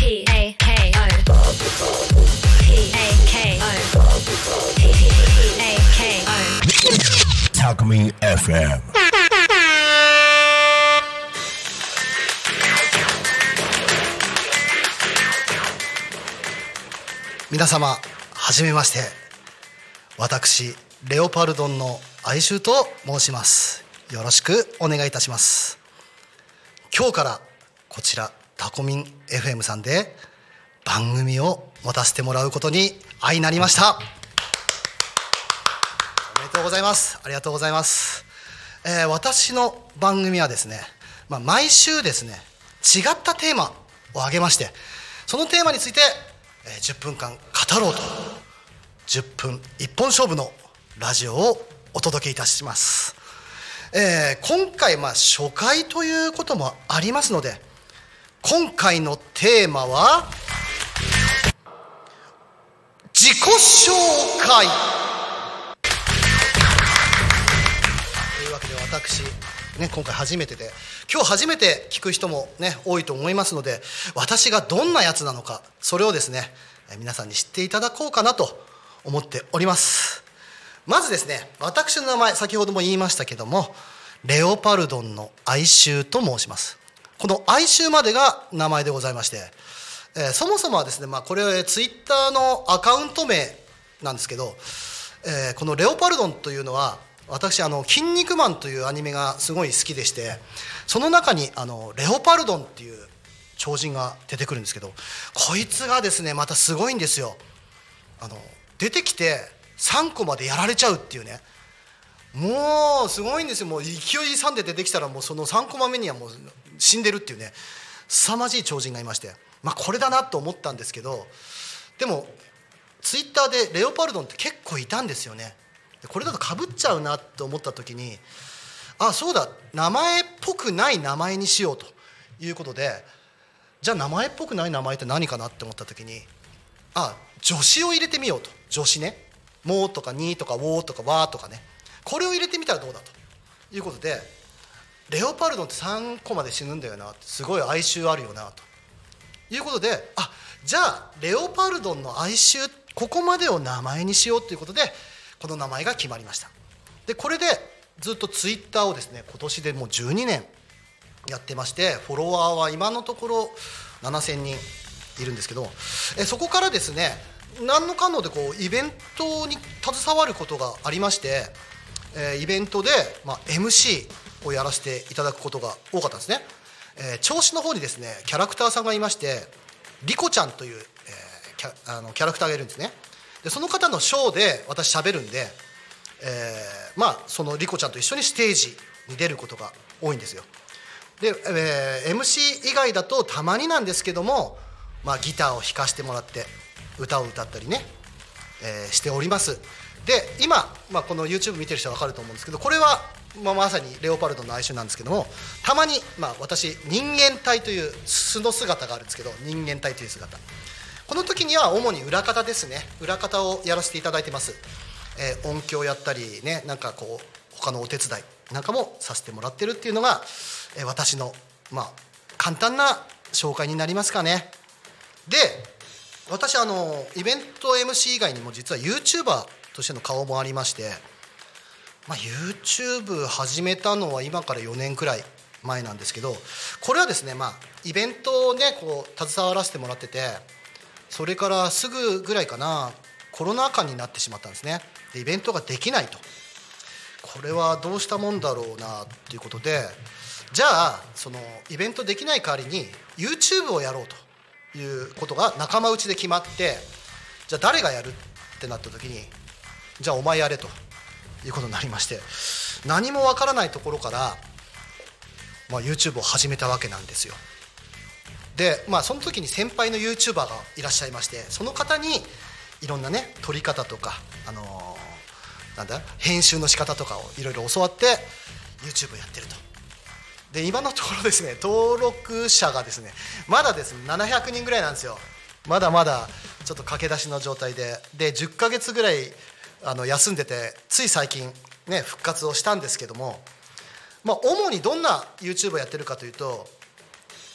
タクミ FM。 皆様はじめまして。私レオパルドンの哀愁と申します。よろしくお願いいたします。今日からこちらタコミン FM さんで番組を持たせてもらうことに相なりました。おめでとうございます。ありがとうございます。私の番組はですね、毎週ですね違ったテーマを挙げまして、そのテーマについて10分間語ろうと、10分一本勝負のラジオをお届けいたします。今回初回ということもありますので、今回のテーマは自己紹介というわけで、私ね、今回初めてで、今日初めて聞く人もね多いと思いますので、私がどんなやつなのか、それをですね皆さんに知っていただこうかなと思っております。まずですね、私の名前先ほども言いましたけども、レオパルドンの哀愁と申します。この哀愁までが名前でございまして、そもそもはですね、これツイッターのアカウント名なんですけど、このレオパルドンというのは、私筋肉マンというアニメがすごい好きでして、その中にレオパルドンっていう超人が出てくるんですけど、こいつがですねまたすごいんですよ。出てきて3個までやられちゃうっていうね、もうすごいんですよ。もう勢い3で出てきたら、もうその3コマ目にはもう死んでるっていうね、凄まじい超人がいまして、これだなと思ったんですけど、でもツイッターでレオパルドンって結構いたんですよね。これだとかぶっちゃうなと思った時に、そうだ、名前っぽくない名前にしようということで、じゃあ名前っぽくない名前って何かなって思った時に、助詞を入れてみようと。助詞ね、もうとかにとかウォーとかわーとかね、これを入れてみたらどうだということで、レオパルドンって3個まで死ぬんだよなって、すごい哀愁あるよなということで、じゃあレオパルドンの哀愁、ここまでを名前にしようということで、この名前が決まりました。でこれでずっとツイッターをですね今年でもう12年やってまして、フォロワーは今のところ7000人いるんですけど、そこからですね何のかんのでイベントに携わることがありまして、イベントで、MC をやらせていただくことが多かったんですね。銚子の方にですねキャラクターさんがいまして、リコちゃんという、キャラクターがいるんですね。でその方のショーで私喋るんで、そのリコちゃんと一緒にステージに出ることが多いんですよ。で、MC 以外だとたまになんですけども、ギターを弾かせてもらって歌を歌ったりね、しております。で今、この YouTube 見てる人は分かると思うんですけど、これは、まさにレオパルドンの哀愁なんですけども、たまに、私人間体という素の姿があるんですけど、人間体という姿、この時には主に裏方ですね、裏方をやらせていただいてます。音響やったりね、他のお手伝いなんかもさせてもらってるっていうのが、私の簡単な紹介になりますかね。で私イベント MC 以外にも実は YouTuber としての顔もありまして、YouTube 始めたのは今から4年くらい前なんですけど、これはですねイベントをね携わらせてもらってて、それからすぐぐらいかな、コロナ禍になってしまったんですね。でイベントができないと、これはどうしたもんだろうなということで、じゃあそのイベントできない代わりに YouTube をやろうということが仲間内で決まって、じゃあ誰がやるってなった時に、じゃあお前やれということになりまして、何もわからないところから、YouTube を始めたわけなんですよ。でその時に先輩の YouTuber がいらっしゃいまして、その方にいろんなね撮り方とか、編集の仕方とかをいろいろ教わって YouTube をやってると。で今のところですね、登録者がですねまだですね700人ぐらいなんですよ。まだまだちょっと駆け出しの状態で、10ヶ月ぐらい休んでて、つい最近ね復活をしたんですけども、主にどんな YouTube をやってるかというと、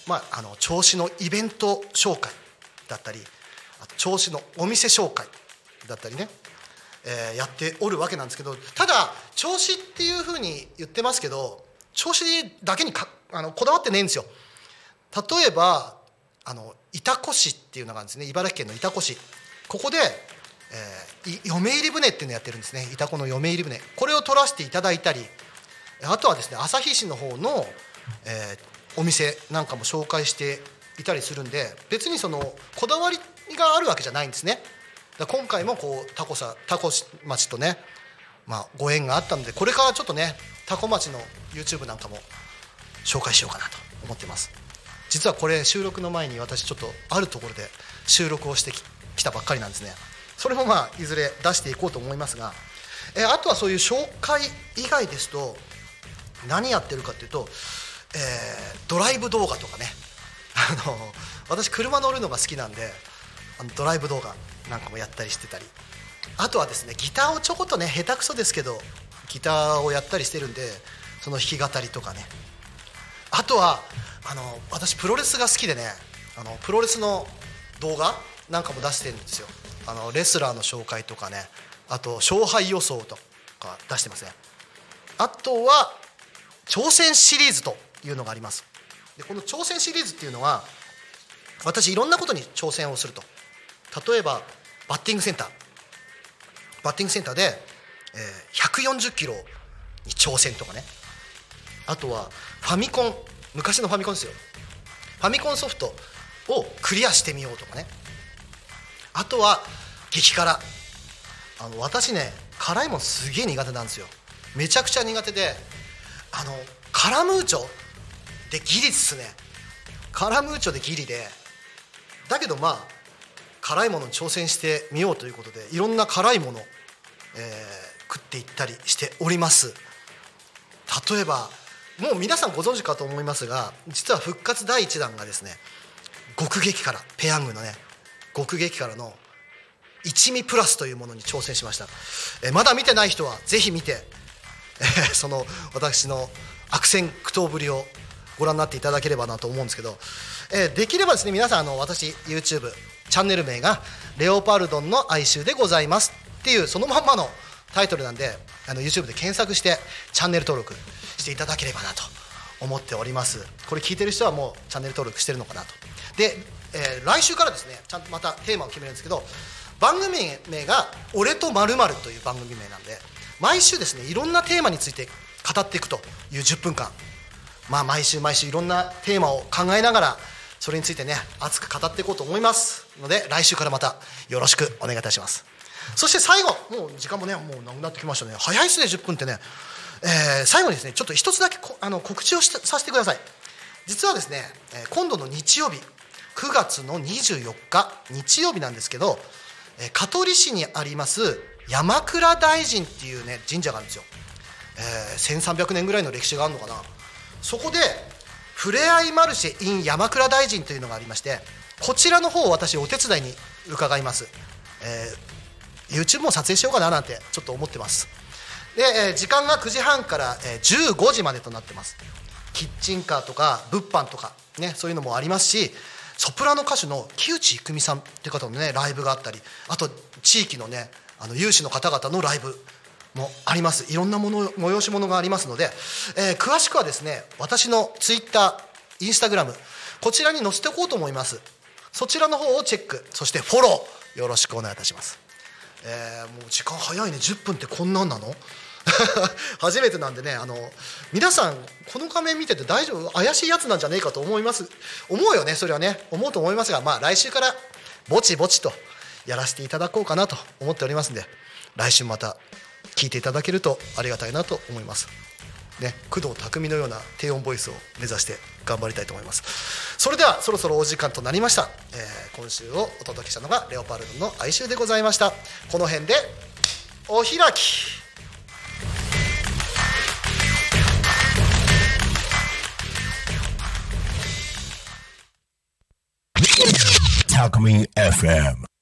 銚子のイベント紹介だったり、あと銚子のお店紹介だったりね、やっておるわけなんですけど、ただ銚子っていうふうに言ってますけど、銚子だけにこだわってねえんですよ。例えば潮来市っていうのがあるんですね。茨城県の潮来市、ここで、嫁入り船っていうのをやってるんですね。潮来の嫁入り船、これを取らせていただいたり、あとはですね旭市の方の、お店なんかも紹介していたりするんで、別にそのこだわりがあるわけじゃないんですね。だから今回もこう多古町とね、ご縁があったので、これからちょっとね多古町の YouTube なんかも紹介しようかなと思ってます。実はこれ収録の前に私ちょっとあるところで収録をしてきたばっかりなんですね。それもいずれ出していこうと思いますが、あとはそういう紹介以外ですと何やってるかっていうと、ドライブ動画とかね、私車乗るのが好きなんで、ドライブ動画なんかもやったりしてたり、あとはですねギターをちょこっとね、下手くそですけどギターをやったりしてるんで、その弾き語りとかね、あとは私プロレスが好きでね、プロレスの動画なんかも出してるんですよ。レスラーの紹介とかね、あと勝敗予想とか出してますね。あとは挑戦シリーズというのがあります。でこの挑戦シリーズっていうのは、私いろんなことに挑戦をすると。例えばバッティングセンターで、140キロに挑戦とかね、あとはファミコン、昔のファミコンですよ、ファミコンソフトをクリアしてみようとかね、あとは激辛、私ね辛いもんすげえ苦手なんですよ。めちゃくちゃ苦手で、カラムーチョでギリっすね。カラムーチョでギリで、だけど辛いものに挑戦してみようということで、いろんな辛いもの、食っていったりしております。例えばもう皆さんご存知かと思いますが、実は復活第1弾がですね、極激辛、ペヤングのね極激辛の一味プラスというものに挑戦しました。まだ見てない人はぜひ見て、その私の悪戦苦闘ぶりをご覧になっていただければなと思うんですけど、できればですね皆さん私 YouTube チャンネル名がレオパルドンの哀愁でございますっていうそのまんまのタイトルなんで、YouTube で検索してチャンネル登録していただければなと思っております。これ聞いてる人はもうチャンネル登録してるのかなと。で、来週からですねちゃんとまたテーマを決めるんですけど、番組名が俺と〇〇という番組名なんで、毎週ですねいろんなテーマについて語っていくという10分間、毎週いろんなテーマを考えながらそれについてね熱く語っていこうと思いますので、来週からまたよろしくお願いいたします。そして最後、もう時間もねもうなくなってきましたね。早いですね10分ってね。最後にですねちょっと一つだけ告知をさせてください。実はですね今度の日曜日9月の24日日曜日なんですけど、香取市にあります山倉大神っていうね神社があるんですよ。1300年ぐらいの歴史があるのかな。そこでふれあいマルシェ in 山倉大神というのがありまして、こちらの方を私お手伝いに伺います。YouTube も撮影しようかななんてちょっと思ってます。で、時間が9時半から15時までとなってます。キッチンカーとか物販とかね、そういうのもありますし、ソプラノ歌手の木内郁美さんっていう方のねライブがあったり、あと地域のね有志の方々のライブもあります。いろんな催し物がありますので、詳しくはですね私の Twitter、Instagram こちらに載せておこうと思います。そちらの方をチェック、そしてフォローよろしくお願いいたします。もう時間早いね。10分ってこんなんなの初めてなんでね、皆さんこの画面見てて大丈夫、怪しいやつなんじゃねえかと思うよね。それはね思うと思いますが、来週からぼちぼちとやらせていただこうかなと思っておりますんで、来週また聞いていただけるとありがたいなと思いますね。工藤匠のような低音ボイスを目指して頑張りたいと思います。それではそろそろお時間となりました。今週をお届けしたのがレオパルドンの哀愁でございました。この辺でお開き。 Talk Me FM